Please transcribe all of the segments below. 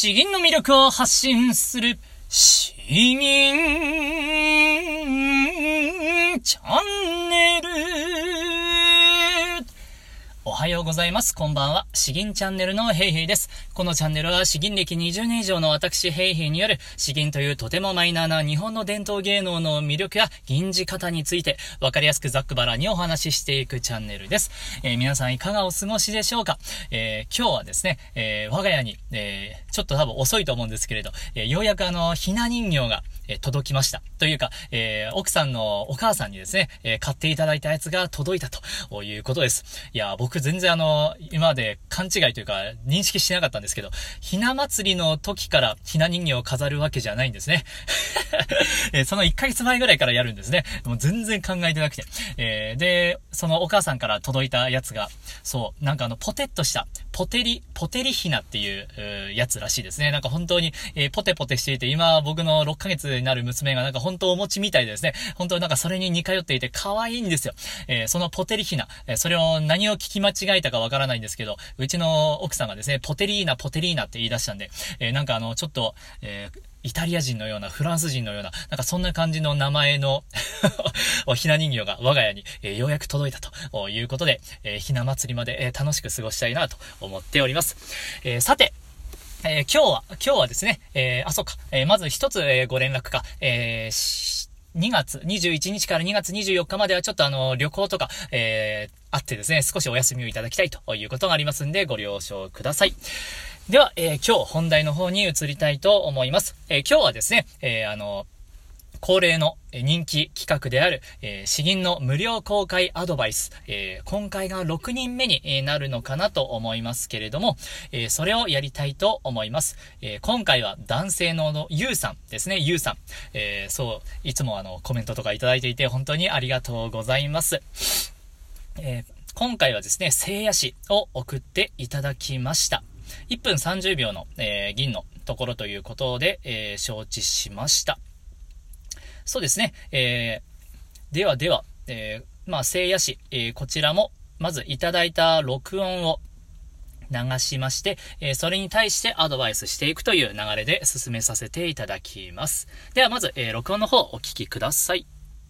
詩吟の魅力を発信する詩吟チャンネル。おはようございます。こんばんは。詩吟チャンネルのヘイヘイです。このチャンネルは詩吟歴20年以上の私ヘイヘイによる詩吟というとてもマイナーな日本の伝統芸能の魅力や吟じ方についてわかりやすくざっくばらんにお話ししていくチャンネルです。皆さんいかがお過ごしでしょうか。今日はですね、我が家に、ちょっと多分遅いと思うんですけれど、ようやくひな人形が届きました。というか、奥さんのお母さんにですね、買っていただいたやつが届いたということです。いや、僕全然今まで勘違いというか認識してなかったんですけど、ひな祭りの時からひな人形を飾るわけじゃないんですね。その1ヶ月前ぐらいからやるんですね。もう全然考えてなくて。で、そのお母さんから届いたやつが、そう、なんかポテッとした、ポテリひなっていうやつらしいですね。なんか本当に、ポテポテしていて、今僕の6ヶ月になる娘がなんか本当お餅みたいでですね、本当なんかそれに似通っていて可愛いんですよ。そのポテリひな、それを何を聞き間違えたかわからないんですけど、うちの奥さんがですね、ポテリーナって言い出したんで、なんかちょっと、イタリア人のような、フランス人のような、なんかそんな感じの名前のひな人形が我が家に、ようやく届いたということで、ひな祭りまで、楽しく過ごしたいなと思っております。さて、今日はですね、そうか、まず一つ、ご連絡か、2月21日から2月24日まではちょっと旅行とか、あってですね、少しお休みをいただきたいということがありますんで、ご了承ください。では、今日本題の方に移りたいと思います。今日はですね、恒例の人気企画である、詩吟の無料公開アドバイス、今回が6人目になるのかなと思いますけれども、それをやりたいと思います。今回は男性のゆうさんですね、ゆうさん。そう、いつもコメントとかいただいていて本当にありがとうございます。今回はですね、聖夜詩を送っていただきました。1分30秒の、吟のところということで、承知しました。そうですね。では、聖夜詩、こちらも、まずいただいた録音を流しまして、それに対してアドバイスしていくという流れで進めさせていただきます。では、まず、録音の方お聞きください。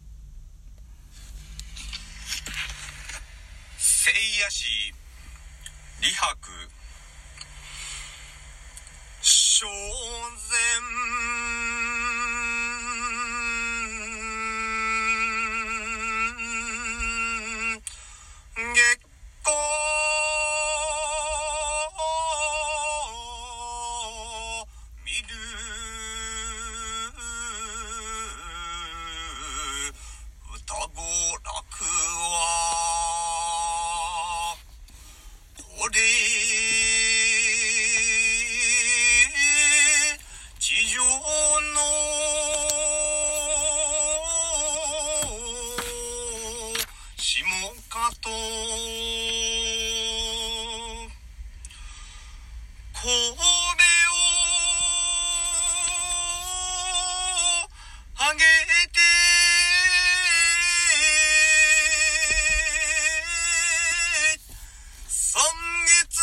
聖夜詩、李白、正然月光見る歌娯楽はこれ地上の下かと神戸をあげて三月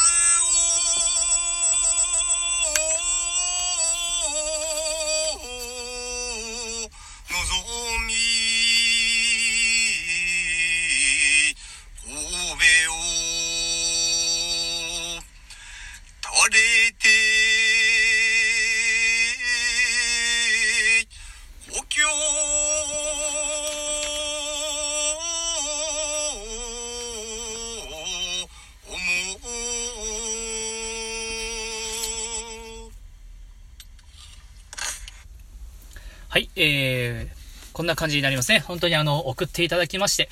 を望み神戸を垂れて故郷はい、こんな感じになりますね。本当に送っていただきまして、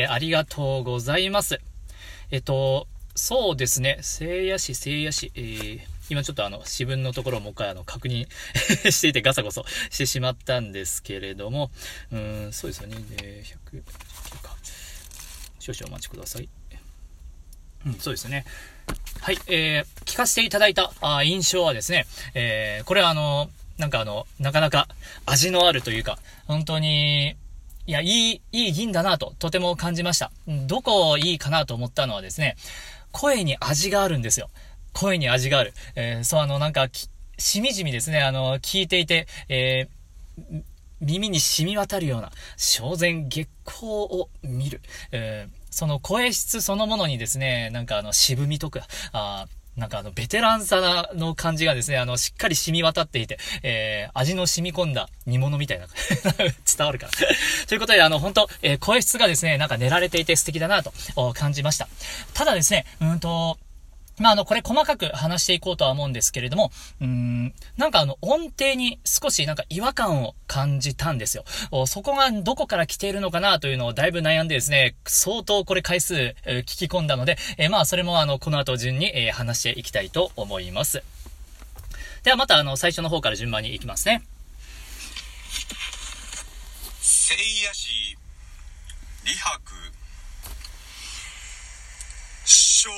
ありがとうございます。そうですね、聖夜詩、今ちょっと詩文のところをもう一回確認していてガサゴソしてしまったんですけれども、そうですよね。で、100か。少々お待ちください。そうですね。はい、聞かせていただいた印象はですね、これはなんかなかなか味のあるというか、本当に、いや、いい銀だなと、とても感じました。どこいいかなと思ったのはですね、声に味があるんですよ。声に味がある。そうなんか、 しみじみですね、聞いていて、耳に染み渡るような、正前月光を見る。その声質そのものにですね、なんか渋みとか、なんかベテランさの感じがですね、しっかり染み渡っていて、味の染み込んだ煮物みたいな、伝わるかな。ということで、本当声質がですね、なんか練られていて素敵だなと感じました。ただですね、これ細かく話していこうとは思うんですけれども、なんか音程に少しなんか違和感を感じたんですよ。そこがどこから来ているのかなというのをだいぶ悩んでですね、相当これ回数聞き込んだので、それもこの後順に話していきたいと思います。ではまた最初の方から順番に行きますね。 聖夜市李白正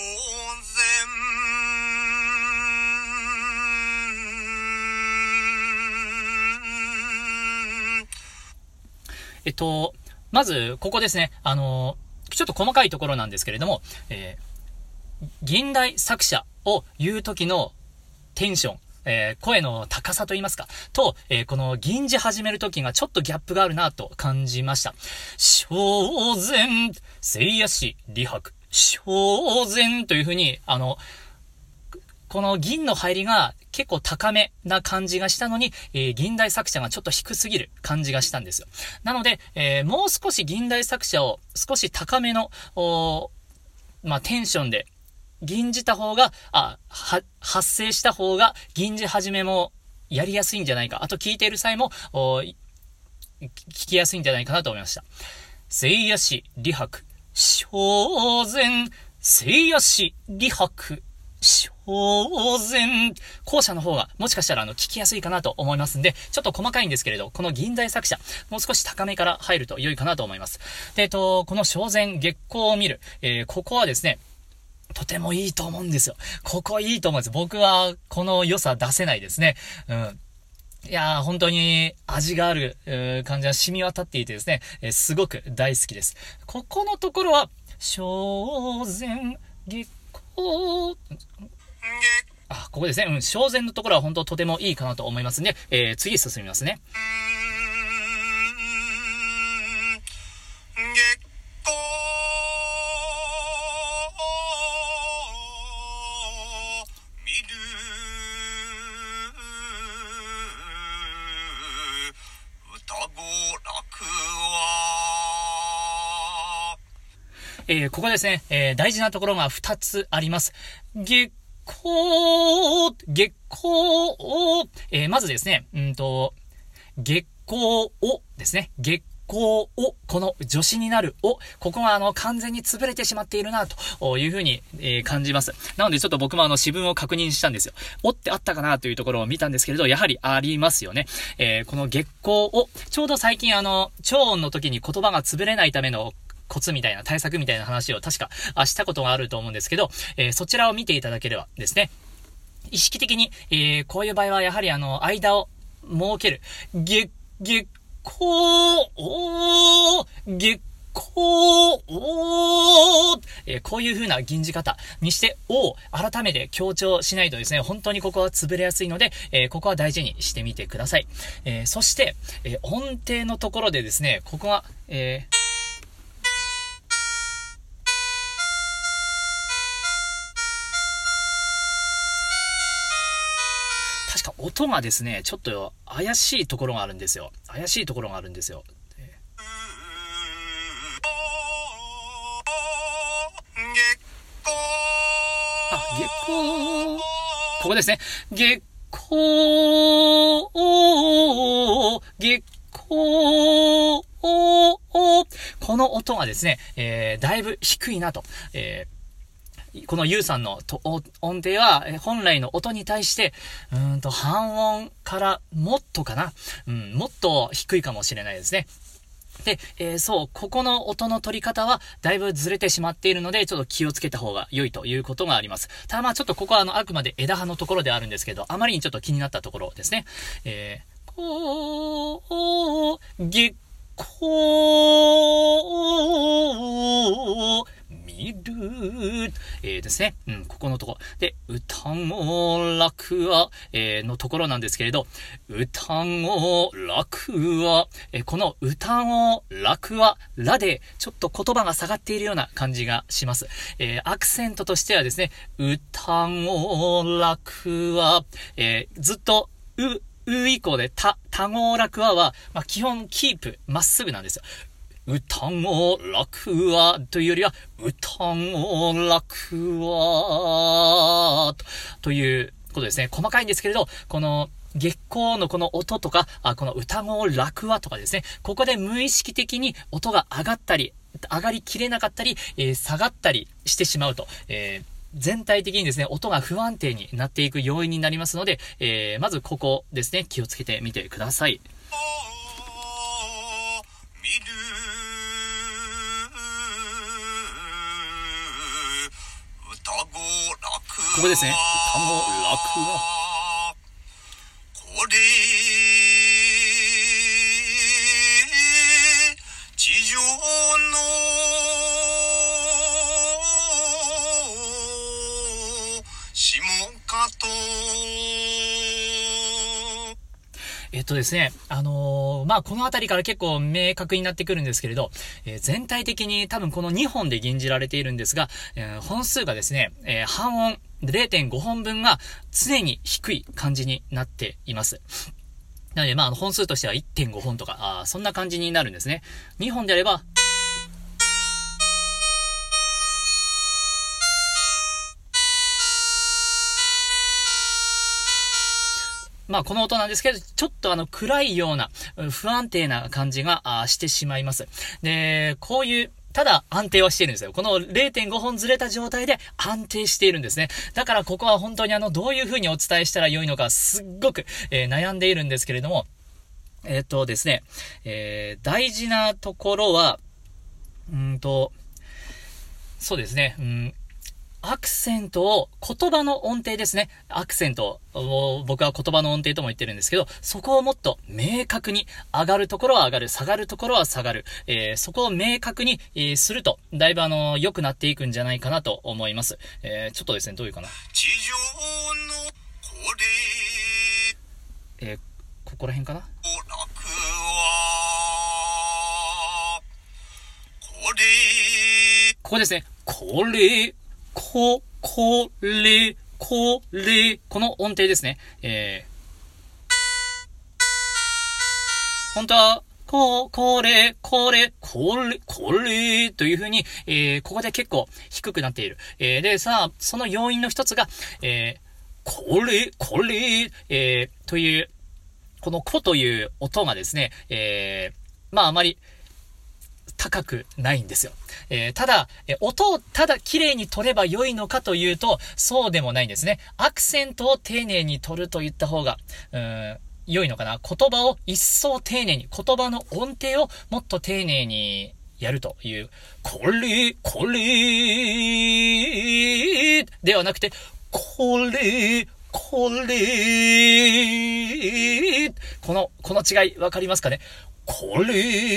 前まず、ここですね。ちょっと細かいところなんですけれども、現代作者を言う時のテンション、声の高さと言いますか、と、この吟じ始める時がちょっとギャップがあるなと感じました。正前、聖夜市李白、正前という風に、この銀の入りが結構高めな感じがしたのに、現代作者がちょっと低すぎる感じがしたんですよ。なので、もう少し現代作者を少し高めの、テンションで吟じた方が、発声した方が吟じ始めもやりやすいんじゃないか。あと聞いている際も、聞きやすいんじゃないかなと思いました。聖夜市李白、正前、聖夜市李白、正前。後者の方がもしかしたら聞きやすいかなと思いますんで、ちょっと細かいんですけれど、この現代作者、もう少し高めから入ると良いかなと思います。で、この正前月光を見る、ここはですね、とてもいいと思うんですよ。ここいいと思うんです。僕はこの良さ出せないですね。いやー、本当に味がある感じが染み渡っていてですね、すごく大好きです。ここのところは、正前月光、ここですね。正前のところは本当とてもいいかなと思いますね。次進みますね。ここですね、大事なところが2つあります。月光、まずですね、月光をですね、月光を、この助詞になるを、ここが完全に潰れてしまっているな、というふうに、感じます。なのでちょっと僕も詩文を確認したんですよ。おってあったかなというところを見たんですけれど、やはりありますよね。この月光を、ちょうど最近超音の時に言葉が潰れないためのコツみたいな対策みたいな話を確かしたことがあると思うんですけど、そちらを見ていただければですね、意識的に、こういう場合はやはり間を設ける。月光、こういう風な吟じ方にして、を改めて強調しないとですね、本当にここは潰れやすいので、ここは大事にしてみてください。そして、音程のところでですね、ここが、確か音がですね、ちょっと怪しいところがあるんですよ。月光。ここですね。月光。この音がですね、だいぶ低いなと。このゆうさんの音程は、本来の音に対して、半音からもっとかな。もっと低いかもしれないですね。で、ここの音の取り方は、だいぶずれてしまっているので、ちょっと気をつけた方が良いということがあります。ただちょっとここはあくまで枝葉のところであるんですけど、あまりにちょっと気になったところですね。月光、見見る、ですね。ここのとこ。で、歌も楽は、のところなんですけれど、歌も楽は、この歌も楽は、らで、ちょっと言葉が下がっているような感じがします。アクセントとしてはですね、歌も楽は、ずっと、以降で、たご楽は、基本キープ、まっすぐなんですよ。歌も楽は、というよりは、歌も楽は、ということですね。細かいんですけれど、この、月光のこの音とか、この歌も楽はとかですね、ここで無意識的に音が上がったり、上がりきれなかったり、下がったりしてしまうと、全体的にですね、音が不安定になっていく要因になりますので、まずここですね、気をつけてみてください。ここですね、歌も楽は。これ、地上の下かと。ですね、このあたりから結構明確になってくるんですけれど、全体的に多分この2本で吟じられているんですが、本数がですね、半音 0.5 本分が常に低い感じになっています。なので本数としては 1.5 本とか、そんな感じになるんですね。2本であれば、この音なんですけど、ちょっと暗いような、不安定な感じがしてしまいます。で、こういう、ただ安定はしているんですよ。この 0.5 本ずれた状態で安定しているんですね。だからここは本当にどういう風にお伝えしたら良いのかすっごく、悩んでいるんですけれども、ですね、大事なところは、そうですね、アクセントを、言葉の音程ですね。アクセントを僕は言葉の音程とも言ってるんですけど、そこをもっと明確に上がるところは上がる、下がるところは下がる。そこを明確に、すると、だいぶ良くなっていくんじゃないかなと思います。ちょっとですね、どういうかな。地上のこれ、ここら辺かな。ここですね。これ、この音程ですね。本当は、これという風に、ここで結構低くなっている。で、その要因の一つが、これ、という、このこという音がですね、あまり、高くないんですよ。ただ、音をただ綺麗に取れば良いのかというと、そうでもないんですね。アクセントを丁寧に取ると言った方が、良いのかな。言葉を一層丁寧に、言葉の音程をもっと丁寧にやるという、これ、ではなくて、この違いわかりますかね。この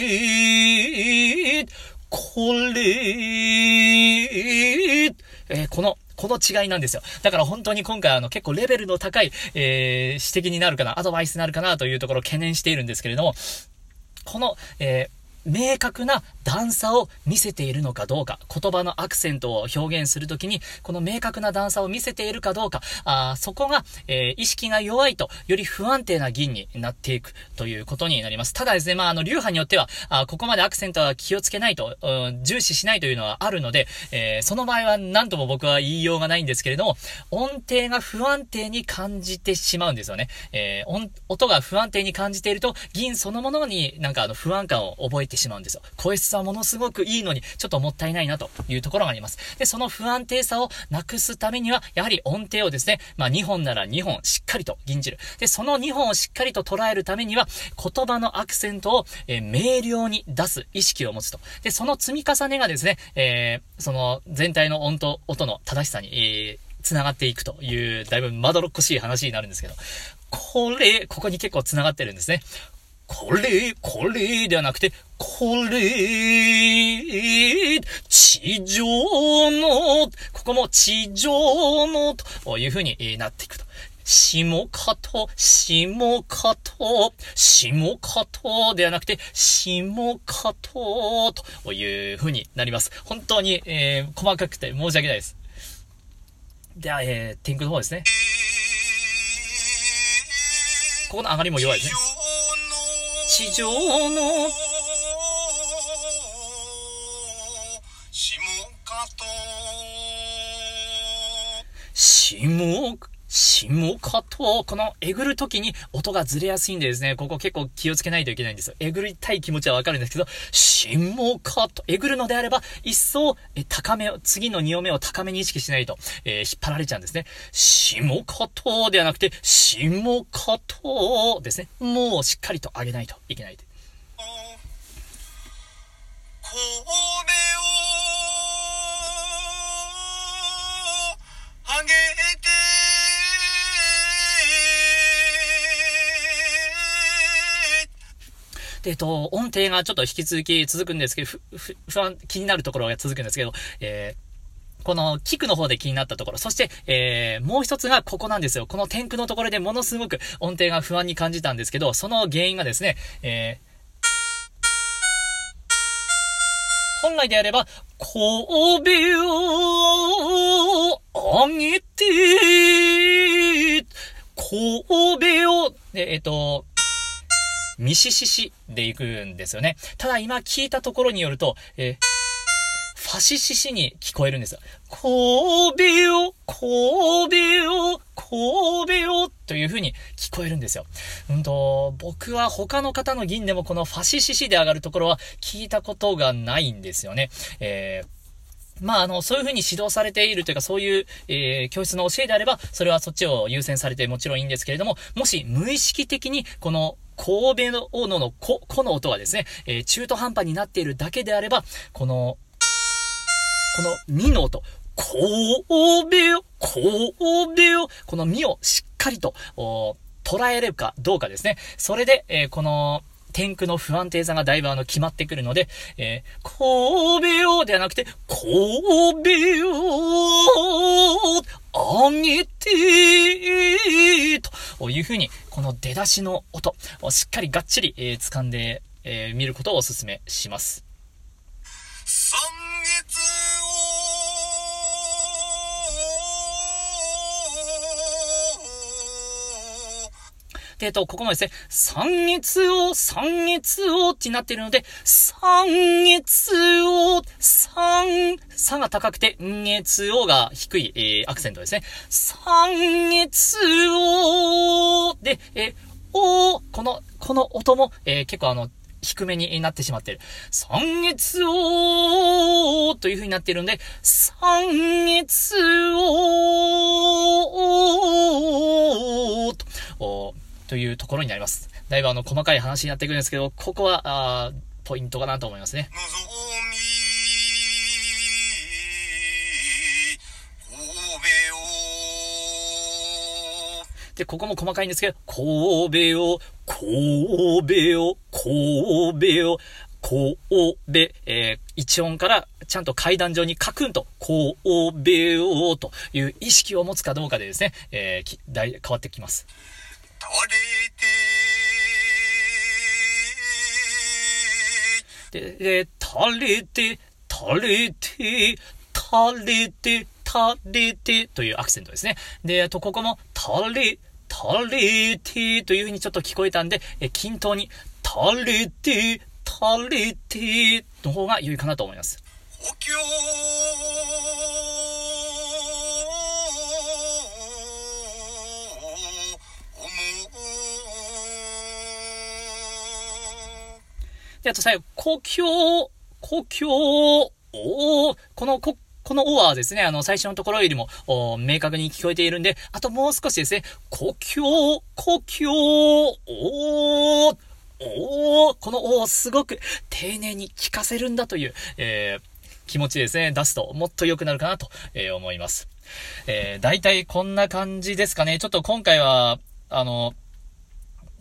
違いなんですよ。だから本当に今回結構レベルの高い、指摘になるかな、アドバイスになるかなというところを懸念しているんですけれども、この、明確な段差を見せているのかどうか、言葉のアクセントを表現するときに、この明確な段差を見せているかどうか、そこが、意識が弱いと、より不安定な吟になっていくということになります。ただですね、流派によっては、ここまでアクセントは気をつけないと、重視しないというのはあるので、その場合は何とも僕は言いようがないんですけれども、音程が不安定に感じてしまうんですよね。音が不安定に感じていると、吟そのものに不安感を覚えてしまうんですよ。声質はものすごくいいのにちょっともったいないなというところがあります。で、その不安定さをなくすためにはやはり音程をですね、2本なら2本しっかりと吟じる。で、その2本をしっかりと捉えるためには言葉のアクセントを、明瞭に出す意識を持つと。で、その積み重ねがですね、その全体の音の正しさに、繋がっていくというだいぶまどろっこしい話になるんですけど、ここに結構繋がってるんですね。 これではなくて、これ、地上の、ここも地上の、という風になっていくと。下かとではなくて、下かという風になります。本当に、細かくて申し訳ないです。では、天空の方ですね。ここの上がりも弱いですね。地上の下かと、このえぐるときに音がずれやすいんでですね、ここ結構気をつけないといけないんですよ。えぐりたい気持ちはわかるんですけど、下かと、えぐるのであれば、一層、高めを、次の2音目を高めに意識しないと、引っ張られちゃうんですね。下かとではなくて、下かとですね。もうしっかりと上げないといけない。で、音程がちょっと引き続き続くんですけど、不安、気になるところが続くんですけど、このキックの方で気になったところ、そして、もう一つがここなんですよ。この天空のところでものすごく音程が不安に感じたんですけど、その原因がですね、本来であれば、神戸を上げて、神戸を、で、ミシシシで行くんですよね。ただ今聞いたところによると、ファシシシに聞こえるんですよ。神戸をという風に聞こえるんですよ。僕は他の方の銀でもこのファシシシで上がるところは聞いたことがないんですよね。そういう風に指導されているというか、そういう、教室の教えであれば、それはそっちを優先されてもちろんいいんですけれども、もし無意識的にこの神戸のこの音がですね、中途半端になっているだけであれば、このミの音、神戸を、このミをしっかりと捉えれるかどうかですね。それで、この天空の不安定さがだいぶ決まってくるので、神戸をではなくて、神戸を上げて、というふうに、この出だしの音をしっかりがっちり、掴んで、見ることをお勧めします。ここもですね、三月をってなっているので、三月を、さが高くて、月をが低い、アクセントですね。三月を、で、この音も、結構低めになってしまっている。三月をという風になっているので、三月をというところになります。だいぶ細かい話になってくるんですけど、ここはポイントかなと思いますね。で、ここも細かいんですけど、神戸を、一音からちゃんと階段状にカクンと、神戸をという意識を持つかどうかでですね、変わってきます。で、垂れてというアクセントですね。で、ここも垂れてという風にちょっと聞こえたんで、均等に垂れての方が良いかなと思います。で、あと最後、故郷、このおはですね、最初のところよりも、明確に聞こえているんで、あともう少しですね、故郷、このおをすごく丁寧に聞かせるんだという、気持ちですね、出すともっと良くなるかなと、思います。だいたいこんな感じですかね。ちょっと今回は、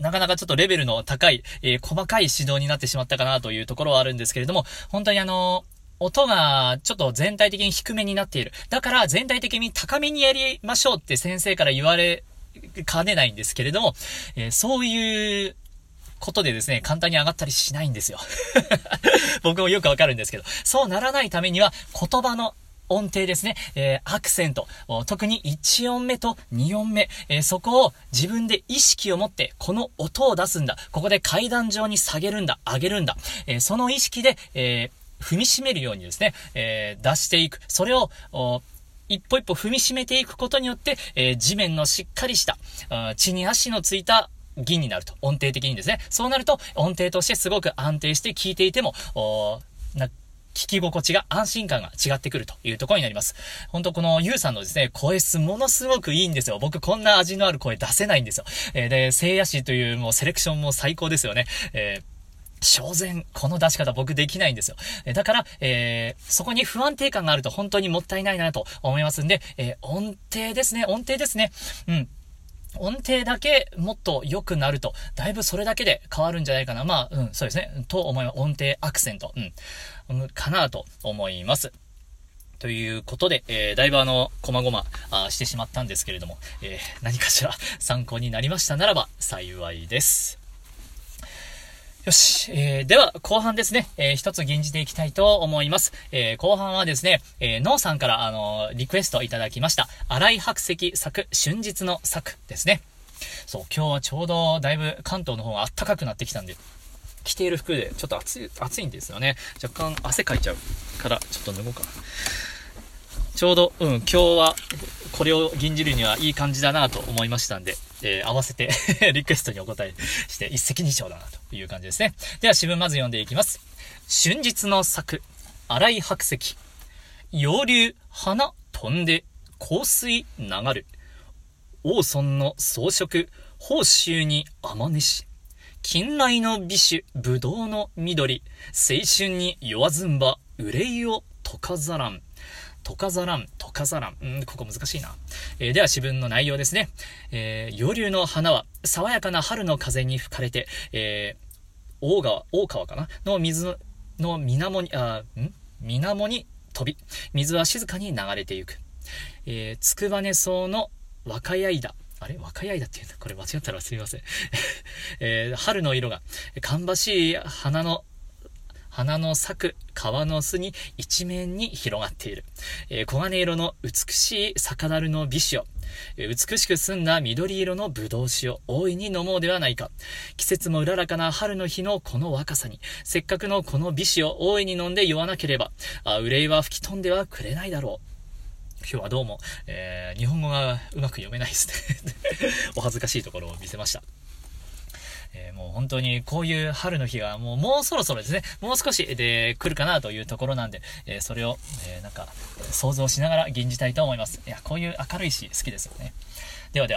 なかなかちょっとレベルの高い、細かい指導になってしまったかなというところはあるんですけれども、本当に音がちょっと全体的に低めになっている。だから全体的に高めにやりましょうって先生から言われかねないんですけれども、そういうことでですね、簡単に上がったりしないんですよ。僕もよくわかるんですけど、そうならないためには言葉の音程ですね、アクセント、特に1音目と2音目、そこを自分で意識を持ってこの音を出すんだ、ここで階段状に下げるんだ、上げるんだ、その意識で、踏みしめるようにですね、出していく。それを一歩一歩踏みしめていくことによって、地面のしっかりした地に足のついた銀になると。音程的にですね。そうなると音程としてすごく安定して聞いていても聞き心地が、安心感が違ってくるというところになります。本当このゆうさんのですね、声ものすごくいいんですよ。僕こんな味のある声出せないんですよ。で、聖夜詞というもうセレクションも最高ですよね。正然、この出し方僕できないんですよ。だから、そこに不安定感があると本当にもったいないなと思いますんで、音程ですね。うん。音程だけもっと良くなると、だいぶそれだけで変わるんじゃないかな。まあ、そうですね。と思います。音程、アクセント。かなと思います。ということで、だいぶこまごましてしまったんですけれども、何かしら参考になりましたならば幸いです。よし、では後半ですね、一つ吟じていきたいと思います。後半はですね、ノーさんからリクエストいただきました新井白石作春日の作ですね。そう、今日はちょうどだいぶ関東の方が暖かくなってきたんで、着ている服でちょっと暑いんですよね。若干汗かいちゃうからちょっと脱ごうかな。ちょうど今日はこれを吟じるにはいい感じだなと思いましたんで、合わせてリクエストにお答えして一石二鳥だなという感じですね。では詩文まず読んでいきます。春日の作、新井白石。楊柳花飛んで香水流る。王孫の装飾、宝州に天音し。近来の美酒、ぶどうの緑。青春に弱ずんば、憂いを溶かざらん。溶かざらん。ここ難しいな。では詩文の内容ですね。楊柳の花は爽やかな春の風に吹かれて、大川かなの水の水面に飛び、水は静かに流れてゆく。つくばね草の若い間。若い間って言うんだ。これ間違ったらすみません。春の色が、芳しい花の咲く川の巣に一面に広がっている。黄金色の美しい酒樽の美酒を、美しく澄んだ緑色のぶどう酒を大いに飲もうではないか。季節もうららかな春の日のこの若さに、せっかくのこの美酒を大いに飲んで酔わなければ、憂いは吹き飛んではくれないだろう。今日はどうも、日本語がうまく読めないですね。お恥ずかしいところを見せました。もう本当にこういう春の日がもうそろそろですね、もう少しで来るかなというところなんで、それを、なんか想像しながら吟じたいと思います。いや、こういう明るい詩好きですよね。では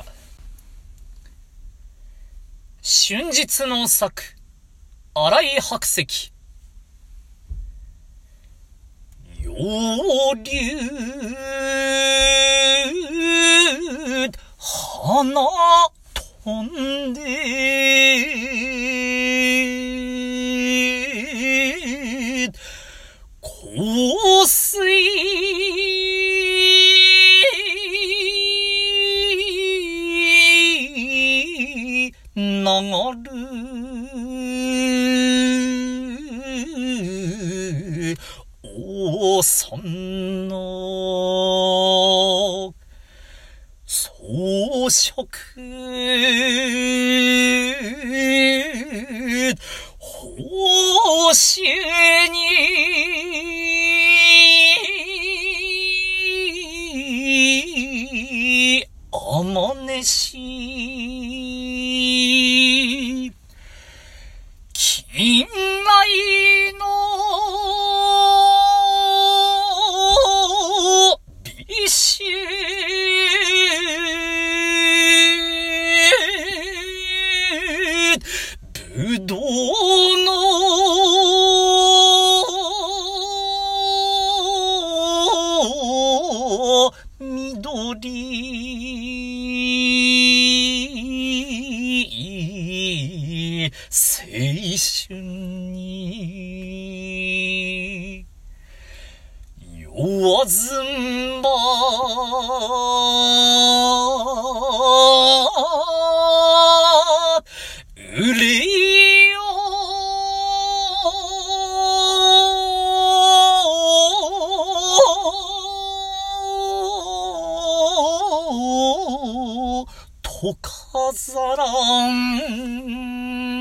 春日の作、新井白石。楊柳花飛んで香水流る。王孫の装飾、宝州に天音し。近来の美酒、ぶどうの緑。 青春に酔わずんばうれよと飾らん。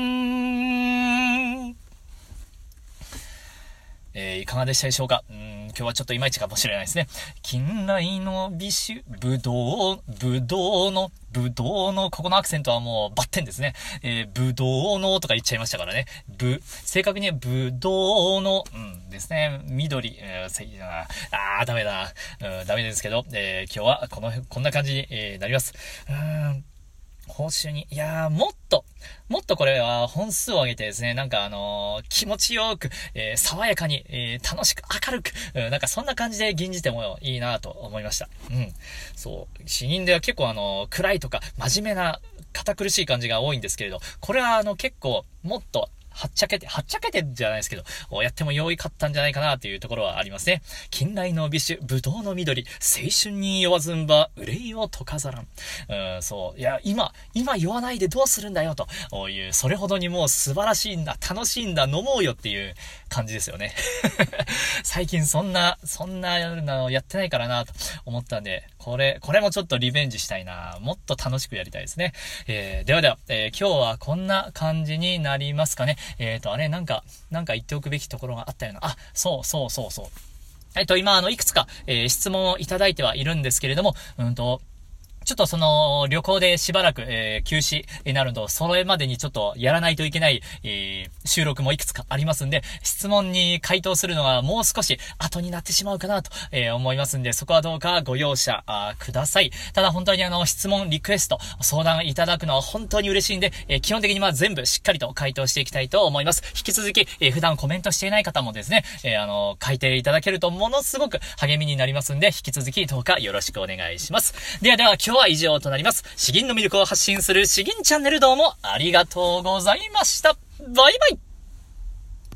いかがでしたでしょうか。今日はちょっといまいちかもしれないですね。近来の美酒、ぶどうの、ここのアクセントはもうバッテンですね。ぶどうのとか言っちゃいましたからね。正確にはぶどうの、ですね。緑、ダメだ。ダメですけど、今日はこんな感じに、なります。報酬に、もっとこれは本数を上げてですね、なんか気持ちよく、爽やかに、楽しく明るく、なんかそんな感じで吟じてもいいなと思いました。そう。詩吟では結構暗いとか真面目な堅苦しい感じが多いんですけれど、これは結構もっとはっちゃけてじゃないですけど、やっても良かったんじゃないかなというところはありますね。近来の美酒、ぶどうの緑、青春に酔わずんば、憂いをと飾らん。そう。いや、今酔わないでどうするんだよという、それほどにもう素晴らしいんだ、楽しいんだ、飲もうよっていう感じですよね。最近そんなのやってないからなと思ったんで、これもちょっとリベンジしたいな。もっと楽しくやりたいですね。では、今日はこんな感じになりますかね。なんか言っておくべきところがあったような。そう。今、いくつか、質問をいただいてはいるんですけれども、ちょっとその旅行でしばらく、休止になると、それまでにちょっとやらないといけない、収録もいくつかありますんで、質問に回答するのはもう少し後になってしまうかなと、思いますんで、そこはどうかご容赦ください。ただ本当に質問、リクエスト、相談いただくのは本当に嬉しいんで、基本的に全部しっかりと回答していきたいと思います。引き続き、普段コメントしていない方もですね、書いていただけるとものすごく励みになりますんで、引き続きどうかよろしくお願いします。では今日は以上となります。詩吟の魅力を発信する詩吟チャンネル、どうもありがとうございました。バイバイ。